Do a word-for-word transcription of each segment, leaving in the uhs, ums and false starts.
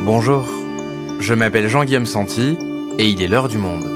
Bonjour, je m'appelle Jean-Guillaume Santi et il est l'heure du monde.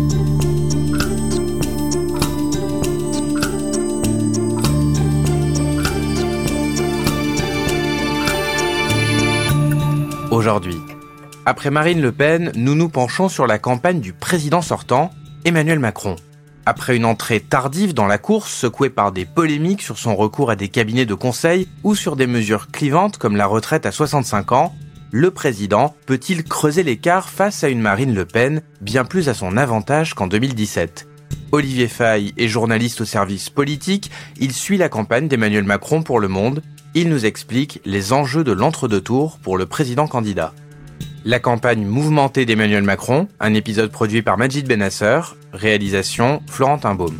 Aujourd'hui, après Marine Le Pen, nous nous penchons sur la campagne du président sortant, Emmanuel Macron. Après une entrée tardive dans la course, secouée par des polémiques sur son recours à des cabinets de conseil ou sur des mesures clivantes comme la retraite à soixante-cinq ans, le président peut-il creuser l'écart face à une Marine Le Pen bien plus à son avantage qu'en deux mille dix-sept ? Olivier Faye est journaliste au service politique, il suit la campagne d'Emmanuel Macron pour Le Monde. Il nous explique les enjeux de l'entre-deux tours pour le président candidat. La campagne mouvementée d'Emmanuel Macron, un épisode produit par Majid Benasser, réalisation Florentin Baume.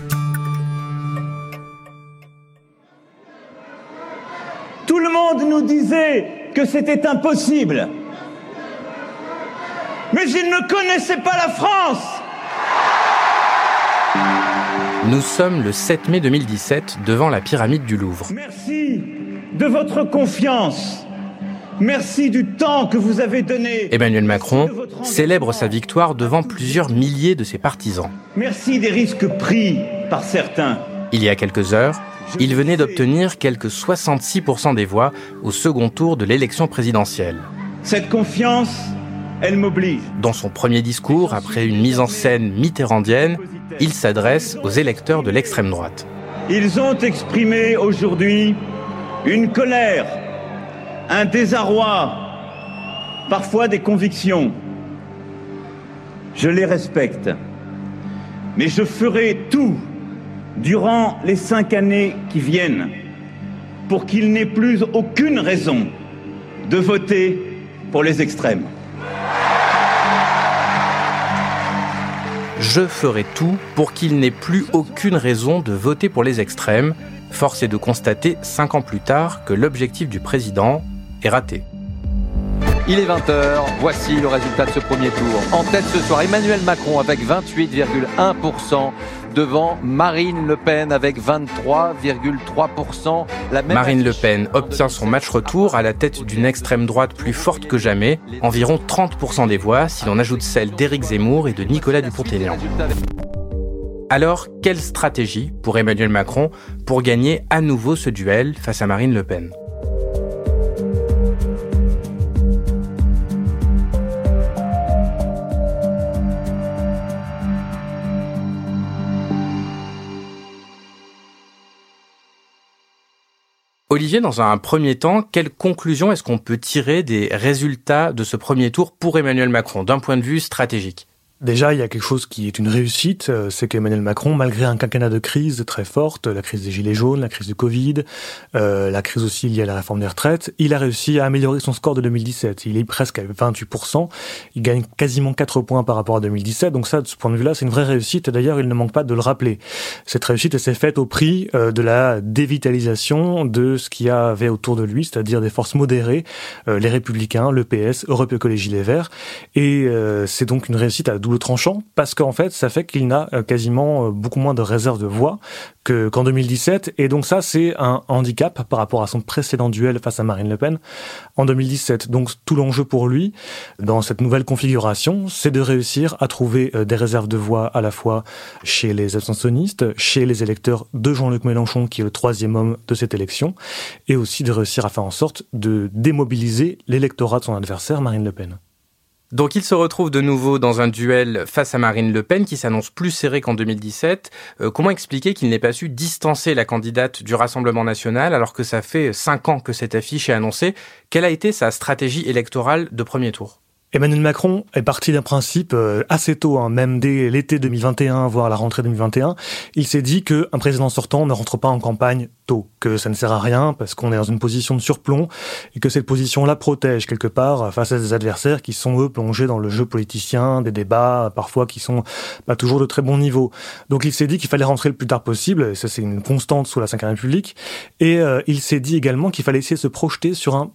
Tout le monde nous disait que c'était impossible. Mais ils ne connaissaient pas la France. Nous sommes le sept mai deux mille dix-sept devant la pyramide du Louvre. Merci de votre confiance. Merci du temps que vous avez donné. Emmanuel Macron célèbre sa victoire devant plusieurs milliers de ses partisans. Merci des risques pris par certains. Il y a quelques heures, il venait d'obtenir quelques soixante-six pour cent des voix au second tour de l'élection présidentielle. Cette confiance, elle m'oblige. Dans son premier discours, après une mise en scène mitterrandienne, il s'adresse aux électeurs de l'extrême droite. Ils ont exprimé aujourd'hui une colère, un désarroi, parfois des convictions. Je les respecte, mais je ferai tout durant les cinq années qui viennent pour qu'il n'ait plus aucune raison de voter pour les extrêmes. Je ferai tout pour qu'il n'ait plus aucune raison de voter pour les extrêmes. Force est de constater, cinq ans plus tard, que l'objectif du président est raté. Il est vingt heures, voici le résultat de ce premier tour. En tête ce soir, Emmanuel Macron avec vingt-huit virgule un pour cent devant Marine Le Pen avec vingt-trois virgule trois pour cent. La même Marine Le affiche. Pen obtient son match retour à la tête d'une extrême droite plus forte que jamais, environ trente pour cent des voix si l'on ajoute celles d'Éric Zemmour et de Nicolas Dupont-Aignan. Alors, quelle stratégie pour Emmanuel Macron pour gagner à nouveau ce duel face à Marine Le Pen ? Olivier, dans un premier temps, quelle conclusion est-ce qu'on peut tirer des résultats de ce premier tour pour Emmanuel Macron, d'un point de vue stratégique ? Déjà, il y a quelque chose qui est une réussite, c'est qu'Emmanuel Macron, malgré un quinquennat de crise très forte, la crise des Gilets jaunes, la crise du Covid, euh, la crise aussi liée à la réforme des retraites, il a réussi à améliorer son score de deux mille dix-sept. Il est presque à vingt-huit pour cent, il gagne quasiment quatre points par rapport à deux mille dix-sept, donc ça, de ce point de vue-là, c'est une vraie réussite, et d'ailleurs, il ne manque pas de le rappeler. Cette réussite, elle s'est faite au prix euh, de la dévitalisation de ce qu'il y avait autour de lui, c'est-à-dire des forces modérées, euh, les Républicains, le P S, Europe Écologie Les Verts, et euh, c'est donc une réussite à double tranchant, parce qu'en fait, ça fait qu'il n'a quasiment beaucoup moins de réserves de voix que, qu'en deux mille dix-sept, et donc ça, c'est un handicap par rapport à son précédent duel face à Marine Le Pen en deux mille dix-sept. Donc, tout l'enjeu pour lui, dans cette nouvelle configuration, c'est de réussir à trouver des réserves de voix à la fois chez les abstentionnistes, chez les électeurs de Jean-Luc Mélenchon, qui est le troisième homme de cette élection, et aussi de réussir à faire en sorte de démobiliser l'électorat de son adversaire, Marine Le Pen. Donc il se retrouve de nouveau dans un duel face à Marine Le Pen qui s'annonce plus serré qu'en deux mille dix-sept. Euh, comment expliquer qu'il n'ait pas su distancer la candidate du Rassemblement national alors que ça fait cinq ans que cette affiche est annoncée ? Quelle a été sa stratégie électorale de premier tour ? Emmanuel Macron est parti d'un principe euh, assez tôt, hein, même dès l'été deux mille vingt et un, voire la rentrée deux mille vingt et un. Il s'est dit qu'un président sortant ne rentre pas en campagne tôt, que ça ne sert à rien parce qu'on est dans une position de surplomb et que cette position-là protège quelque part face à des adversaires qui sont, eux, plongés dans le jeu politicien, des débats parfois qui sont pas toujours de très bon niveau. Donc il s'est dit qu'il fallait rentrer le plus tard possible, et ça c'est une constante sous la cinquième République, et euh, il s'est dit également qu'il fallait essayer de se projeter sur un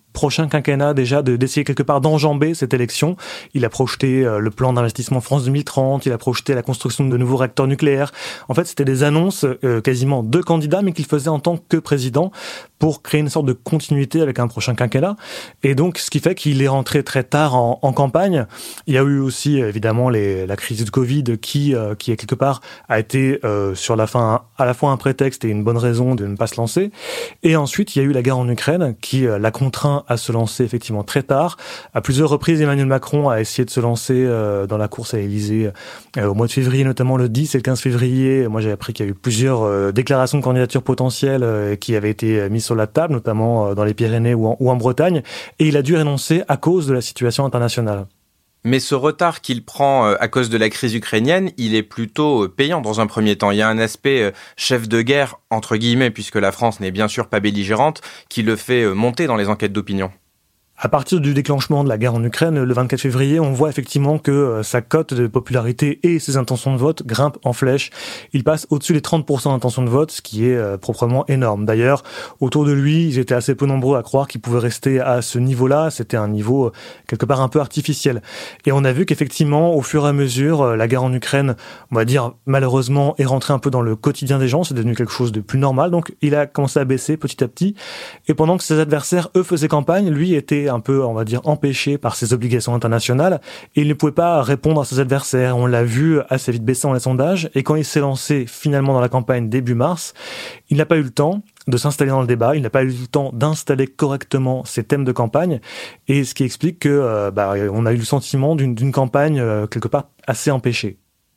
prochain quinquennat déjà de, d'essayer quelque part d'enjamber cette élection. Il a projeté euh, le plan d'investissement France deux mille trente, il a projeté la construction de nouveaux réacteurs nucléaires. En fait, c'était des annonces euh, quasiment de candidats, mais qu'il faisait en tant que président pour créer une sorte de continuité avec un prochain quinquennat. Et donc, ce qui fait qu'il est rentré très tard en, en campagne. Il y a eu aussi, évidemment, les, la crise du Covid qui, euh, qui quelque part, a été euh, sur la fin à la fois un prétexte et une bonne raison de ne pas se lancer. Et ensuite, il y a eu la guerre en Ukraine qui euh, l'a contraint à se lancer effectivement très tard. À plusieurs reprises, Emmanuel Macron a essayé de se lancer euh, dans la course à l'Élysée euh, au mois de février, notamment le dix et le quinze février. Moi, j'ai appris qu'il y a eu plusieurs euh, déclarations de candidature potentielles euh, qui avaient été mises sur la table, notamment euh, dans les Pyrénées ou en, ou en Bretagne. Et il a dû renoncer à cause de la situation internationale. Mais ce retard qu'il prend à cause de la crise ukrainienne, il est plutôt payant dans un premier temps. Il y a un aspect chef de guerre, entre guillemets, puisque la France n'est bien sûr pas belligérante, qui le fait monter dans les enquêtes d'opinion. À partir du déclenchement de la guerre en Ukraine, le vingt-quatre février, on voit effectivement que sa cote de popularité et ses intentions de vote grimpent en flèche. Il passe au-dessus des trente pour cent d'intentions de vote, ce qui est euh, proprement énorme. D'ailleurs, autour de lui, ils étaient assez peu nombreux à croire qu'il pouvait rester à ce niveau-là. C'était un niveau euh, quelque part un peu artificiel. Et on a vu qu'effectivement, au fur et à mesure, euh, la guerre en Ukraine, on va dire malheureusement, est rentrée un peu dans le quotidien des gens. C'est devenu quelque chose de plus normal. Donc, il a commencé à baisser petit à petit. Et pendant que ses adversaires, eux, faisaient campagne, lui était un peu, on va dire, empêché par ses obligations internationales et il ne pouvait pas répondre à ses adversaires. On l'a vu assez vite baisser dans les sondages et quand il s'est lancé finalement dans la campagne début mars, il n'a pas eu le temps de s'installer dans le débat, il n'a pas eu le temps d'installer correctement ses thèmes de campagne et ce qui explique que euh, bah, on a eu le sentiment d'une, d'une campagne euh, quelque part assez empêchée.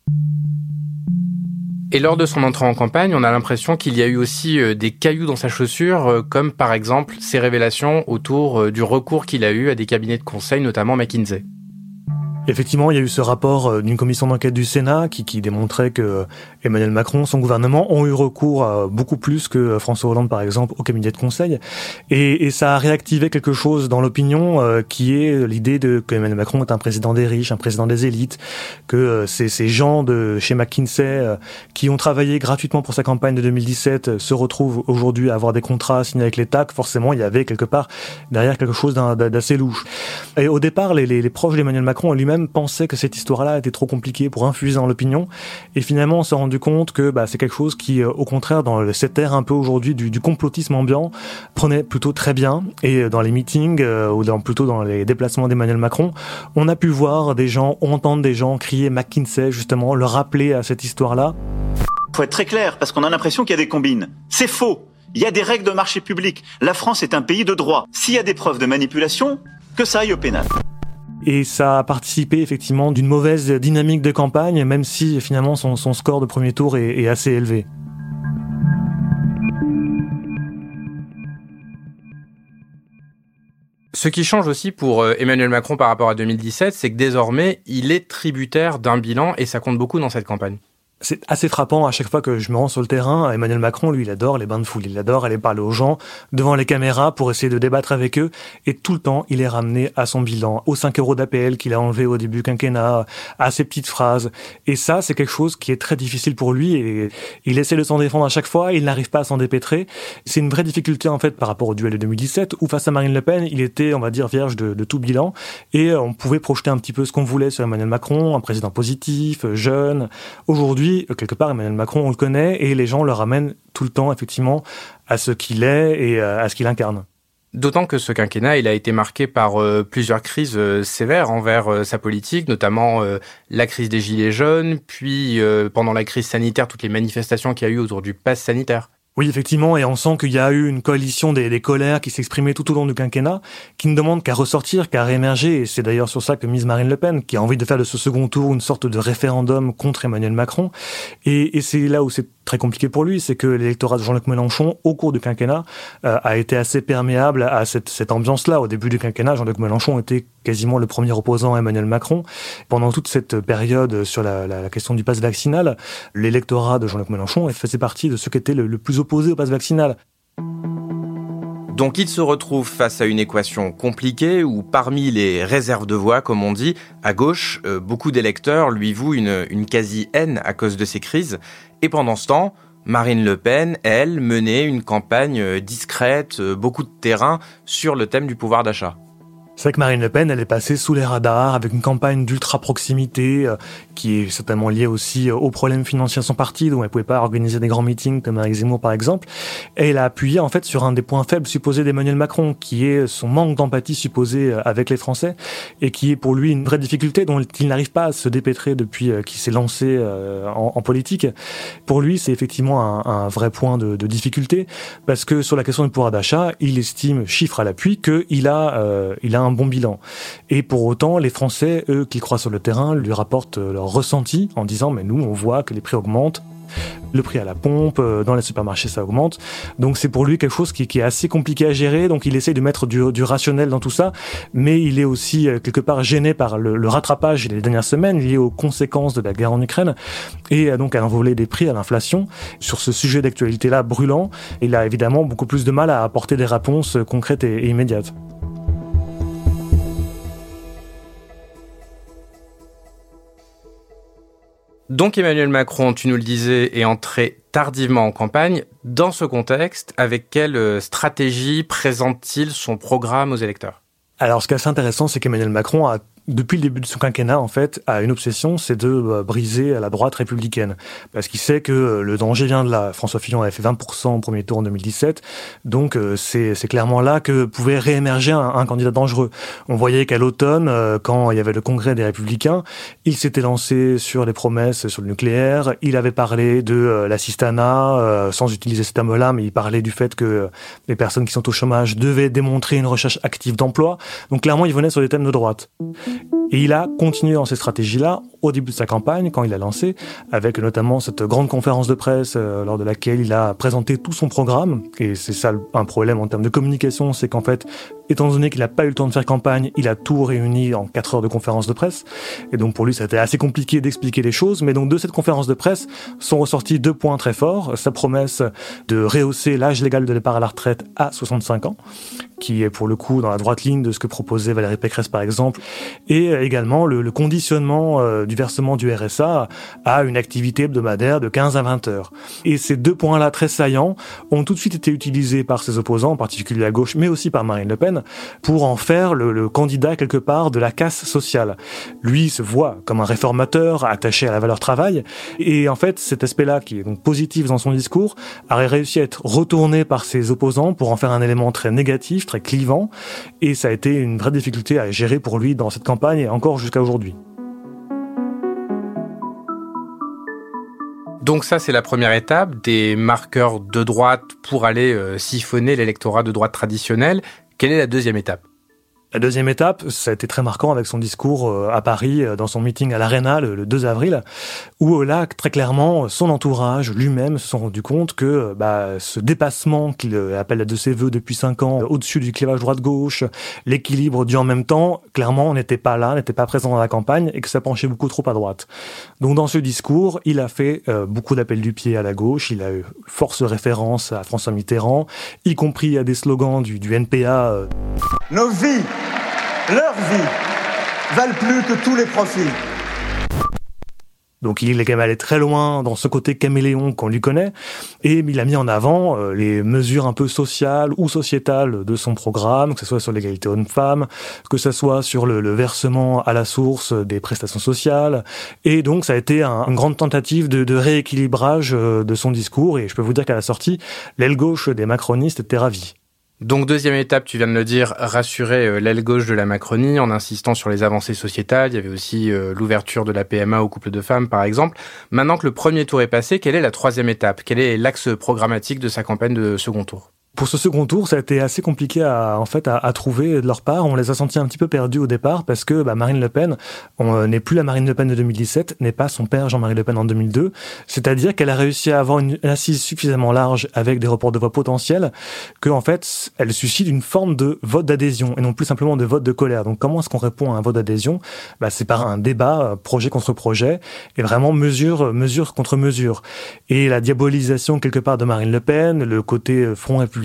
Et lors de son entrée en campagne, on a l'impression qu'il y a eu aussi des cailloux dans sa chaussure, comme par exemple ses révélations autour du recours qu'il a eu à des cabinets de conseil, notamment McKinsey. Effectivement, il y a eu ce rapport d'une commission d'enquête du Sénat qui, qui démontrait que Emmanuel Macron, son gouvernement, ont eu recours à beaucoup plus que François Hollande, par exemple, au cabinet de conseil. Et, et ça a réactivé quelque chose dans l'opinion euh, qui est l'idée de que Emmanuel Macron est un président des riches, un président des élites, que euh, c'est ces gens de chez McKinsey euh, qui ont travaillé gratuitement pour sa campagne de deux mille dix-sept euh, se retrouvent aujourd'hui à avoir des contrats signés avec l'État, que forcément il y avait quelque part derrière quelque chose d'un, d'assez louche. Et au départ, les, les, les proches d'Emmanuel Macron lui-même pensait que cette histoire-là était trop compliquée pour infuser dans l'opinion. Et finalement, on s'est rendu compte que bah, c'est quelque chose qui, au contraire, dans cette ère un peu aujourd'hui du, du complotisme ambiant, prenait plutôt très bien. Et dans les meetings, euh, ou dans, plutôt dans les déplacements d'Emmanuel Macron, on a pu voir des gens, entendre des gens crier McKinsey, justement, le rappeler à cette histoire-là. Faut être très clair, parce qu'on a l'impression qu'il y a des combines. C'est faux. Il y a des règles de marché public. La France est un pays de droit. S'il y a des preuves de manipulation, que ça aille au pénal. Et ça a participé effectivement d'une mauvaise dynamique de campagne, même si finalement son, son score de premier tour est, est assez élevé. Ce qui change aussi pour Emmanuel Macron par rapport à deux mille dix-sept, c'est que désormais, il est tributaire d'un bilan et ça compte beaucoup dans cette campagne. C'est assez frappant à chaque fois que je me rends sur le terrain. Emmanuel Macron, lui, il adore les bains de foule. Il adore aller parler aux gens devant les caméras pour essayer de débattre avec eux. Et tout le temps, il est ramené à son bilan, aux cinq euros d'A P L qu'il a enlevé au début du quinquennat, à ses petites phrases. Et ça, c'est quelque chose qui est très difficile pour lui. Et il essaie de s'en défendre à chaque fois. Il n'arrive pas à s'en dépêtrer. C'est une vraie difficulté, en fait, par rapport au duel de deux mille dix-sept, où face à Marine Le Pen, il était, on va dire, vierge de, de tout bilan. Et on pouvait projeter un petit peu ce qu'on voulait sur Emmanuel Macron, un président positif, jeune. Aujourd'hui, quelque part, Emmanuel Macron, on le connaît, et les gens le ramènent tout le temps, effectivement, à ce qu'il est et à ce qu'il incarne. D'autant que ce quinquennat, il a été marqué par euh, plusieurs crises euh, sévères envers euh, sa politique, notamment euh, la crise des Gilets jaunes, puis euh, pendant la crise sanitaire, toutes les manifestations qu'il y a eu autour du pass sanitaire. Oui, effectivement, et on sent qu'il y a eu une coalition des, des colères qui s'exprimait tout au long du quinquennat, qui ne demande qu'à ressortir, qu'à réémerger, et c'est d'ailleurs sur ça que mise Marine Le Pen, qui a envie de faire de ce second tour une sorte de référendum contre Emmanuel Macron, et, et c'est là où c'est très compliqué pour lui, c'est que l'électorat de Jean-Luc Mélenchon, au cours du quinquennat, euh, a été assez perméable à cette, cette ambiance-là. Au début du quinquennat, Jean-Luc Mélenchon était quasiment le premier opposant à Emmanuel Macron. Pendant toute cette période sur la, la, la question du pass vaccinal, l'électorat de Jean-Luc Mélenchon faisait partie de ceux qui étaient le, le plus opposés au pass vaccinal. Donc il se retrouve face à une équation compliquée où parmi les réserves de voix, comme on dit, à gauche, euh, beaucoup d'électeurs lui vouent une, une quasi-haine à cause de ces crises. Et pendant ce temps, Marine Le Pen, elle, menait une campagne discrète, beaucoup de terrain sur le thème du pouvoir d'achat. C'est vrai que Marine Le Pen, elle est passée sous les radars avec une campagne d'ultra-proximité euh, qui est certainement liée aussi aux problèmes financiers de son parti, dont elle ne pouvait pas organiser des grands meetings comme Éric Zemmour par exemple. Et elle a appuyé en fait sur un des points faibles supposés d'Emmanuel Macron, qui est son manque d'empathie supposé avec les Français et qui est pour lui une vraie difficulté dont il n'arrive pas à se dépêtrer depuis qu'il s'est lancé euh, en, en politique. Pour lui, c'est effectivement un, un vrai point de, de difficulté parce que sur la question du pouvoir d'achat, il estime, chiffre à l'appui, qu'il a, euh, il a un bon bilan. Et pour autant, les Français, eux, qui croient sur le terrain, lui rapportent leur ressenti en disant « mais nous, on voit que les prix augmentent, le prix à la pompe, dans les supermarchés, ça augmente. » Donc c'est pour lui quelque chose qui, qui est assez compliqué à gérer, donc il essaye de mettre du, du rationnel dans tout ça, mais il est aussi quelque part gêné par le, le rattrapage des dernières semaines lié aux conséquences de la guerre en Ukraine, et donc à l'envolée des prix, à l'inflation. Sur ce sujet d'actualité-là brûlant, il a évidemment beaucoup plus de mal à apporter des réponses concrètes et, et immédiates. Donc Emmanuel Macron, tu nous le disais, est entré tardivement en campagne. Dans ce contexte, avec quelle stratégie présente-t-il son programme aux électeurs ? Alors ce qui est assez intéressant, c'est qu'Emmanuel Macron a, depuis le début de son quinquennat, en fait, a une obsession, c'est de euh, briser la droite républicaine. Parce qu'il sait que euh, le danger vient de là. François Fillon avait fait vingt pour cent au premier tour en deux mille dix-sept. Donc euh, c'est, c'est clairement là que pouvait réémerger un, un candidat dangereux. On voyait qu'à l'automne, euh, quand il y avait le congrès des Républicains, il s'était lancé sur les promesses sur le nucléaire. Il avait parlé de euh, l'assistanat, euh, sans utiliser ce terme-là, mais il parlait du fait que euh, les personnes qui sont au chômage devaient démontrer une recherche active d'emploi. Donc clairement, il venait sur des thèmes de droite. Et il a continué dans ces stratégies-là au début de sa campagne, quand il a lancé, avec notamment cette grande conférence de presse euh, lors de laquelle il a présenté tout son programme. Et c'est ça un problème en termes de communication, c'est qu'en fait, étant donné qu'il n'a pas eu le temps de faire campagne, il a tout réuni en quatre heures de conférence de presse. Et donc pour lui, ça a été assez compliqué d'expliquer les choses. Mais donc de cette conférence de presse sont ressortis deux points très forts. Sa promesse de rehausser l'âge légal de départ à la retraite à soixante-cinq ans, qui est pour le coup dans la droite ligne de ce que proposait Valérie Pécresse par exemple, et également le, le conditionnement euh, du versement du R S A à une activité hebdomadaire de quinze à vingt heures. Et ces deux points-là très saillants ont tout de suite été utilisés par ses opposants, en particulier à gauche, mais aussi par Marine Le Pen, pour en faire le, le candidat quelque part de la casse sociale. Lui se voit comme un réformateur attaché à la valeur travail, et en fait cet aspect-là, qui est donc positif dans son discours, a réussi à être retourné par ses opposants pour en faire un élément très négatif, très clivant, et ça a été une vraie difficulté à gérer pour lui dans cette campagne, et encore jusqu'à aujourd'hui. Donc ça, c'est la première étape, des marqueurs de droite pour aller euh, siphonner l'électorat de droite traditionnel. Quelle est la deuxième étape ? La deuxième étape, ça a été très marquant avec son discours à Paris, dans son meeting à l'Arena le deux avril, où là, très clairement, son entourage, lui-même, se sont rendus compte que bah, ce dépassement qu'il appelle de ses voeux depuis cinq ans, au-dessus du clivage droite-gauche, l'équilibre du en même temps, clairement, n'était pas là, n'était pas présent dans la campagne, et que ça penchait beaucoup trop à droite. Donc dans ce discours, il a fait euh, beaucoup d'appels du pied à la gauche, il a eu force référence à François Mitterrand, y compris à des slogans du, du N P A. Euh... Nos vies, leurs vies, valent plus que tous les profits. Donc il est quand même allé très loin dans ce côté caméléon qu'on lui connaît, et il a mis en avant euh, les mesures un peu sociales ou sociétales de son programme, que ce soit sur l'égalité homme-femme, que ce soit sur le, le versement à la source des prestations sociales, et donc ça a été un, une grande tentative de, de rééquilibrage euh, de son discours, et je peux vous dire qu'à la sortie, l'aile gauche des macronistes était ravie. Donc deuxième étape, tu viens de le dire, rassurer l'aile gauche de la Macronie en insistant sur les avancées sociétales. Il y avait aussi euh, l'ouverture de la P M A aux couples de femmes, par exemple. Maintenant que le premier tour est passé, quelle est la troisième étape ? Quel est l'axe programmatique de sa campagne de second tour ? Pour ce second tour, ça a été assez compliqué à, en fait, à, à trouver de leur part. On les a sentis un petit peu perdus au départ parce que bah, Marine Le Pen on, euh, n'est plus la Marine Le Pen de deux mille dix-sept, n'est pas son père Jean-Marie Le Pen en deux mille deux. C'est-à-dire qu'elle a réussi à avoir une, une assise suffisamment large avec des reports de voix potentiels que, en fait, elle suscite une forme de vote d'adhésion et non plus simplement de vote de colère. Donc, comment est-ce qu'on répond à un vote d'adhésion ? Bah, c'est par un débat, projet contre projet, et vraiment mesure, mesure contre mesure. Et la diabolisation quelque part de Marine Le Pen, le côté Front républicain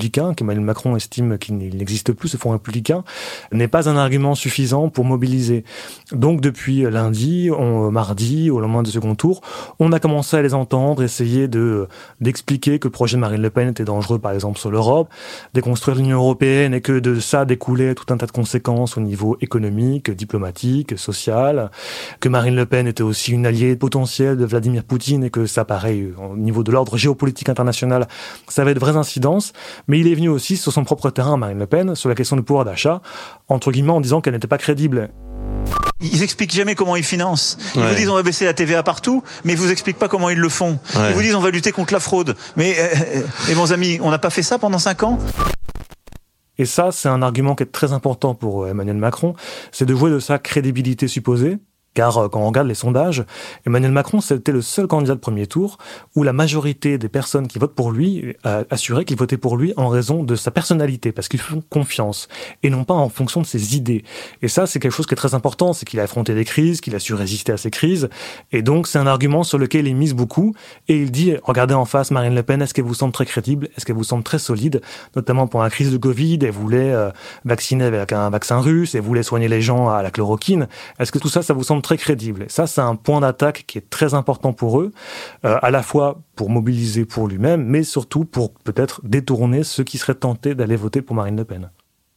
républicain, qu'Emmanuel Macron estime qu'il n'existe plus, ce fonds républicain, n'est pas un argument suffisant pour mobiliser. Donc depuis lundi, on, mardi, au lendemain du second tour, on a commencé à les entendre, essayer de, d'expliquer que le projet de Marine Le Pen était dangereux, par exemple, sur l'Europe, déconstruire l'Union européenne et que de ça découlait tout un tas de conséquences au niveau économique, diplomatique, social, que Marine Le Pen était aussi une alliée potentielle de Vladimir Poutine et que ça, pareil, au niveau de l'ordre géopolitique international, ça avait de vraies incidences, mais il est venu aussi sur son propre terrain, Marine Le Pen, sur la question du pouvoir d'achat, entre guillemets en disant qu'elle n'était pas crédible. Ils expliquent jamais comment ils financent. Ils ouais. vous disent on va baisser la T V A partout, mais ils vous expliquent pas comment ils le font. Ouais. Ils vous disent on va lutter contre la fraude. Mais, euh, mes bons amis, on n'a pas fait ça pendant cinq ans ? Et ça, c'est un argument qui est très important pour Emmanuel Macron, c'est de jouer de sa crédibilité supposée. Car quand on regarde les sondages, Emmanuel Macron, c'était le seul candidat de premier tour où la majorité des personnes qui votent pour lui a assuré qu'ils votaient pour lui en raison de sa personnalité, parce qu'ils font confiance, et non pas en fonction de ses idées. Et ça, c'est quelque chose qui est très important, c'est qu'il a affronté des crises, qu'il a su résister à ces crises, et donc c'est un argument sur lequel il mise beaucoup, et il dit, regardez en face Marine Le Pen, est-ce qu'elle vous semble très crédible, est-ce qu'elle vous semble très solide, notamment pour la crise de Covid, elle voulait euh, vacciner avec un vaccin russe, elle voulait soigner les gens à la chloroquine, est-ce que tout ça, ça vous semble très crédible. Et ça, c'est un point d'attaque qui est très important pour eux, euh, à la fois pour mobiliser pour lui-même, mais surtout pour peut-être détourner ceux qui seraient tentés d'aller voter pour Marine Le Pen.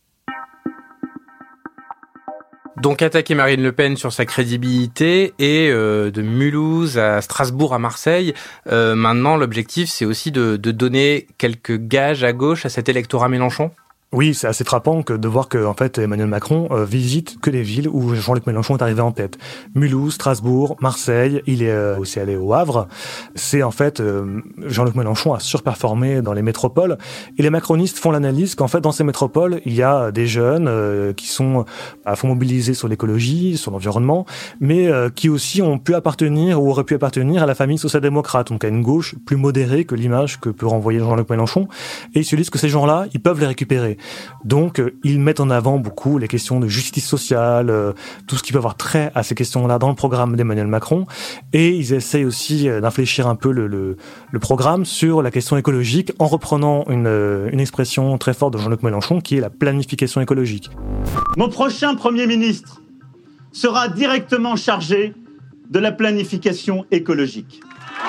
Donc attaquer Marine Le Pen sur sa crédibilité et euh, de Mulhouse à Strasbourg à Marseille, euh, maintenant l'objectif c'est aussi de, de donner quelques gages à gauche à cet électorat Mélenchon ? Oui, c'est assez frappant que de voir que en fait Emmanuel Macron euh, visite que les villes où Jean-Luc Mélenchon est arrivé en tête. Mulhouse, Strasbourg, Marseille, il est euh, aussi allé au Havre. C'est en fait euh, Jean-Luc Mélenchon a surperformé dans les métropoles et les macronistes font l'analyse qu'en fait dans ces métropoles, il y a des jeunes euh, qui sont à fond mobilisés sur l'écologie, sur l'environnement, mais euh, qui aussi ont pu appartenir ou auraient pu appartenir à la famille social-démocrate, donc à une gauche plus modérée que l'image que peut renvoyer Jean-Luc Mélenchon, et ils se disent que ces gens-là, ils peuvent les récupérer. Donc, euh, ils mettent en avant beaucoup les questions de justice sociale, euh, tout ce qui peut avoir trait à ces questions-là dans le programme d'Emmanuel Macron. Et ils essayent aussi euh, d'infléchir un peu le, le, le programme sur la question écologique en reprenant une, euh, une expression très forte de Jean-Luc Mélenchon qui est la planification écologique. Mon prochain Premier ministre sera directement chargé de la planification écologique.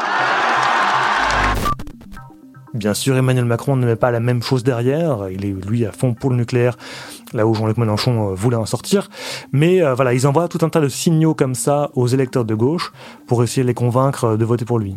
Bien sûr, Emmanuel Macron ne met pas la même chose derrière. Il est, lui, à fond pour le nucléaire, là où Jean-Luc Mélenchon voulait en sortir. Mais euh, voilà, ils envoient tout un tas de signaux comme ça aux électeurs de gauche pour essayer de les convaincre de voter pour lui.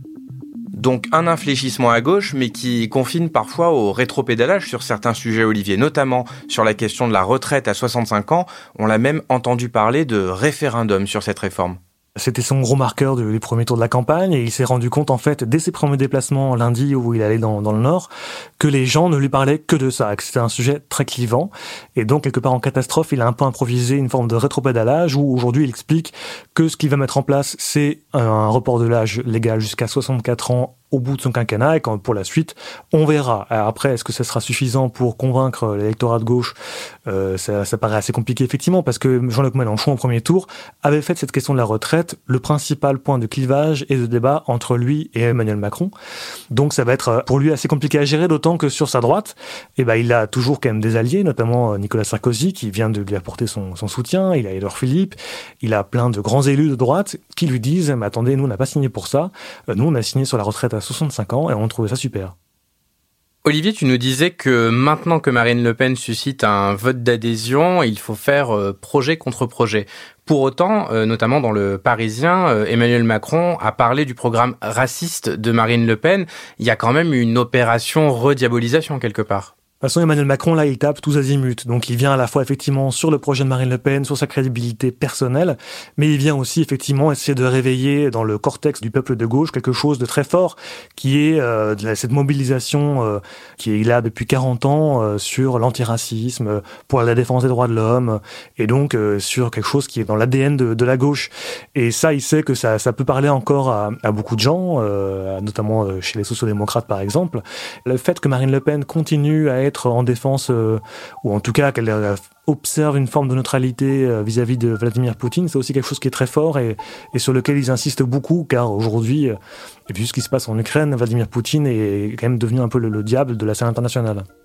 Donc un infléchissement à gauche, mais qui confine parfois au rétropédalage sur certains sujets, Olivier, notamment sur la question de la retraite à soixante-cinq ans. On l'a même entendu parler de référendum sur cette réforme. C'était son gros marqueur du premier tour de la campagne et il s'est rendu compte en fait dès ses premiers déplacements lundi où il allait dans, dans le Nord que les gens ne lui parlaient que de ça, que c'était un sujet très clivant et donc quelque part en catastrophe il a un peu improvisé une forme de rétropédalage où aujourd'hui il explique que ce qu'il va mettre en place c'est un report de l'âge légal jusqu'à soixante-quatre ans au bout de son quinquennat et quand pour la suite on verra. Après est-ce que ça sera suffisant pour convaincre l'électorat de gauche, euh, ça, ça paraît assez compliqué effectivement parce que Jean-Luc Mélenchon au premier tour avait fait de cette question de la retraite le principal point de clivage et de débat entre lui et Emmanuel Macron. Donc ça va être pour lui assez compliqué à gérer, d'autant que sur sa droite, eh ben, il a toujours quand même des alliés, notamment Nicolas Sarkozy qui vient de lui apporter son, son soutien, il a Édouard Philippe, il a plein de grands élus de droite qui lui disent « mais attendez, nous on n'a pas signé pour ça, nous on a signé sur la retraite à soixante-cinq ans et on trouvait ça super ». Olivier, tu nous disais que maintenant que Marine Le Pen suscite un vote d'adhésion, il faut faire euh, projet contre projet. Pour autant, euh, notamment dans le Parisien, euh, Emmanuel Macron a parlé du programme raciste de Marine Le Pen. Il y a quand même une opération rediabolisation quelque part. De toute façon, Emmanuel Macron, là, il tape tous azimuts. Donc, il vient à la fois, effectivement, sur le projet de Marine Le Pen, sur sa crédibilité personnelle, mais il vient aussi, effectivement, essayer de réveiller dans le cortex du peuple de gauche quelque chose de très fort, qui est euh, de la, cette mobilisation euh, qui est là depuis quarante ans euh, sur l'antiracisme, euh, pour la défense des droits de l'homme, et donc euh, sur quelque chose qui est dans l'A D N de, de la gauche. Et ça, il sait que ça, ça peut parler encore à, à beaucoup de gens, euh, notamment euh, chez les sociodémocrates, par exemple. Le fait que Marine Le Pen continue à être en défense, euh, ou en tout cas qu'elle euh, observe une forme de neutralité euh, vis-à-vis de Vladimir Poutine, c'est aussi quelque chose qui est très fort et, et sur lequel ils insistent beaucoup, car aujourd'hui, euh, et vu ce qui se passe en Ukraine, Vladimir Poutine est quand même devenu un peu le, le diable de la scène internationale.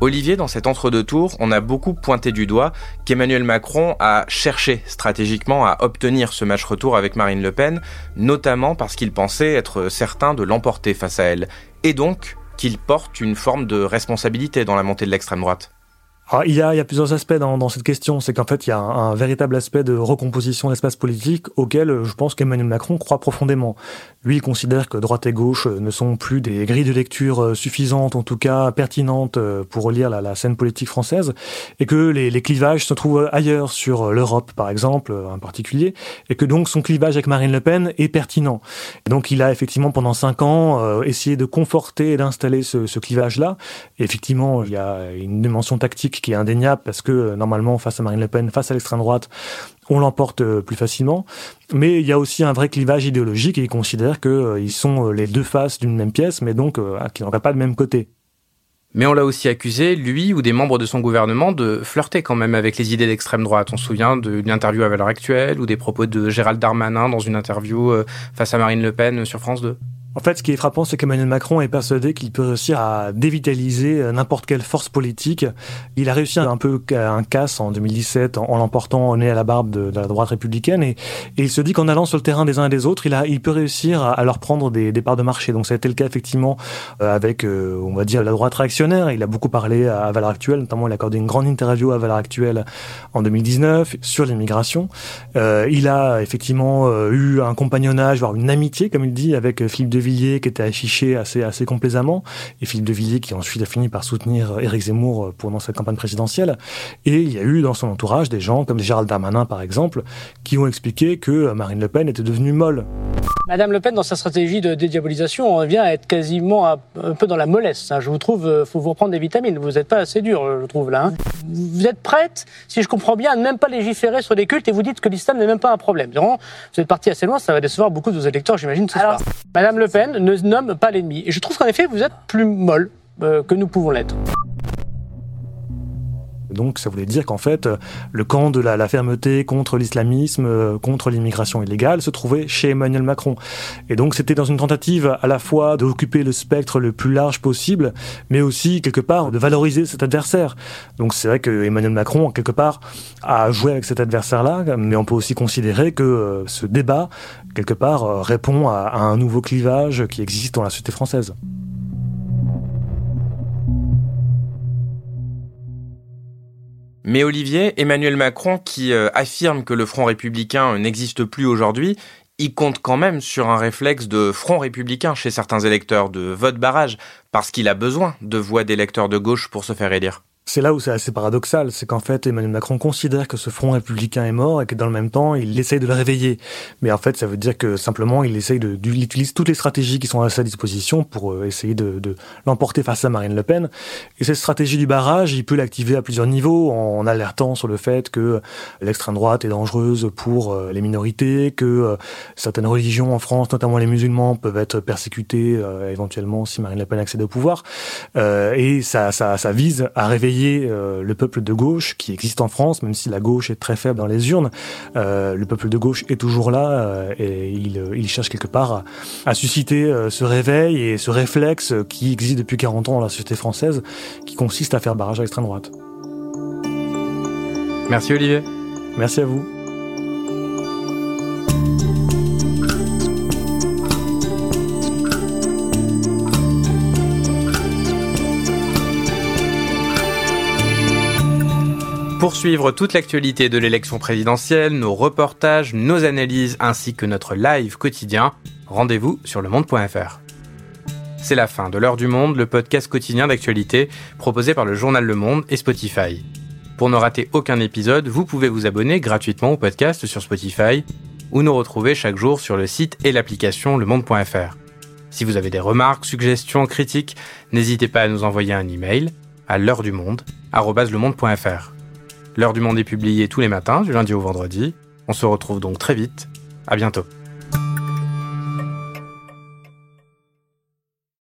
Olivier, dans cet entre-deux-tours, on a beaucoup pointé du doigt qu'Emmanuel Macron a cherché stratégiquement à obtenir ce match retour avec Marine Le Pen, notamment parce qu'il pensait être certain de l'emporter face à elle, et donc qu'il porte une forme de responsabilité dans la montée de l'extrême droite. Alors, il y a, il y a plusieurs aspects dans, dans cette question. C'est qu'en fait, il y a un, un véritable aspect de recomposition de l'espace politique auquel je pense qu'Emmanuel Macron croit profondément. Lui, il considère que droite et gauche ne sont plus des grilles de lecture suffisantes, en tout cas pertinentes pour relire la, la scène politique française, et que les, les clivages se trouvent ailleurs, sur l'Europe, par exemple, en particulier, et que donc son clivage avec Marine Le Pen est pertinent. Et donc, il a effectivement, pendant cinq ans, euh, essayé de conforter et d'installer ce, ce clivage-là. Et effectivement, il y a une dimension tactique qui est indéniable, parce que normalement, face à Marine Le Pen, face à l'extrême droite, on l'emporte plus facilement. Mais il y a aussi un vrai clivage idéologique, et ils considèrent qu'ils euh, sont les deux faces d'une même pièce, mais donc euh, qu'ils n'auraient pas le même côté. Mais on l'a aussi accusé, lui ou des membres de son gouvernement, de flirter quand même avec les idées d'extrême droite. On se souvient d'une interview à Valeurs Actuelles ou des propos de Gérald Darmanin dans une interview euh, face à Marine Le Pen sur France deux. En fait, ce qui est frappant, c'est qu'Emmanuel Macron est persuadé qu'il peut réussir à dévitaliser n'importe quelle force politique. Il a réussi un peu un casse en deux mille dix-sept en l'emportant au nez à la barbe de, de la droite républicaine, et, et il se dit qu'en allant sur le terrain des uns et des autres, il, a, il peut réussir à, à leur prendre des, des parts de marché. Donc ça a été le cas effectivement euh, avec, euh, on va dire, la droite réactionnaire. Il a beaucoup parlé à, à Valeurs Actuelles, notamment il a accordé une grande interview à Valeurs Actuelles en deux mille dix-neuf sur l'immigration. Euh, il a effectivement euh, eu un compagnonnage, voire une amitié, comme il dit, avec Philippe de Villiers, qui était affiché assez, assez complaisamment, et Philippe de Villiers qui ensuite a fini par soutenir Éric Zemmour pendant cette campagne présidentielle. Et il y a eu dans son entourage des gens comme Gérald Darmanin, par exemple, qui ont expliqué que Marine Le Pen était devenue molle. Madame Le Pen, dans sa stratégie de dédiabolisation, on revient à être quasiment un peu dans la mollesse. Je vous trouve, il faut vous reprendre des vitamines. Vous n'êtes pas assez dur, je trouve, là. Vous êtes prête, si je comprends bien, à ne même pas légiférer sur les cultes, et vous dites que l'islam n'est même pas un problème. Vous êtes parti assez loin, ça va décevoir beaucoup de vos électeurs, j'imagine, ce soir. Madame Le Pen ne nomme pas l'ennemi. Et je trouve qu'en effet, vous êtes plus molle euh, que nous pouvons l'être. Donc ça voulait dire qu'en fait, le camp de la, la fermeté contre l'islamisme, euh, contre l'immigration illégale, se trouvait chez Emmanuel Macron. Et donc c'était dans une tentative à la fois d'occuper le spectre le plus large possible, mais aussi, quelque part, de valoriser cet adversaire. Donc c'est vrai que Emmanuel Macron, quelque part, a joué avec cet adversaire-là, mais on peut aussi considérer que euh, ce débat, quelque part, euh, répond à, à un nouveau clivage qui existe dans la société française. Mais Olivier, Emmanuel Macron, qui euh, affirme que le Front républicain n'existe plus aujourd'hui, il compte quand même sur un réflexe de Front républicain chez certains électeurs, de vote barrage, parce qu'il a besoin de voix d'électeurs de gauche pour se faire élire. C'est là où c'est assez paradoxal, c'est qu'en fait Emmanuel Macron considère que ce front républicain est mort et que dans le même temps il essaye de le réveiller. Mais en fait ça veut dire que simplement il essaye de, il utilise toutes les stratégies qui sont à sa disposition pour essayer de, de l'emporter face à Marine Le Pen. Et cette stratégie du barrage, il peut l'activer à plusieurs niveaux, en alertant sur le fait que l'extrême droite est dangereuse pour les minorités, que certaines religions en France, notamment les musulmans, peuvent être persécutées euh, éventuellement si Marine Le Pen accède au pouvoir. Euh, et ça, ça, ça vise à réveiller Euh, le peuple de gauche qui existe en France, même si la gauche est très faible dans les urnes, euh, le peuple de gauche est toujours là euh, et il, il cherche quelque part à, à susciter euh, ce réveil et ce réflexe qui existe depuis quarante ans dans la société française, qui consiste à faire barrage à l'extrême droite. Merci Olivier. Merci à vous. Pour suivre toute l'actualité de l'élection présidentielle, nos reportages, nos analyses ainsi que notre live quotidien, rendez-vous sur le monde point f r. C'est la fin de l'heure du monde, le podcast quotidien d'actualité proposé par le journal Le Monde et Spotify. Pour ne rater aucun épisode, vous pouvez vous abonner gratuitement au podcast sur Spotify ou nous retrouver chaque jour sur le site et l'application le monde point f r. Si vous avez des remarques, suggestions, critiques, n'hésitez pas à nous envoyer un email à l'heure du monde arobase le monde point f r. L'heure du monde est publiée tous les matins, du lundi au vendredi. On se retrouve donc très vite. À bientôt.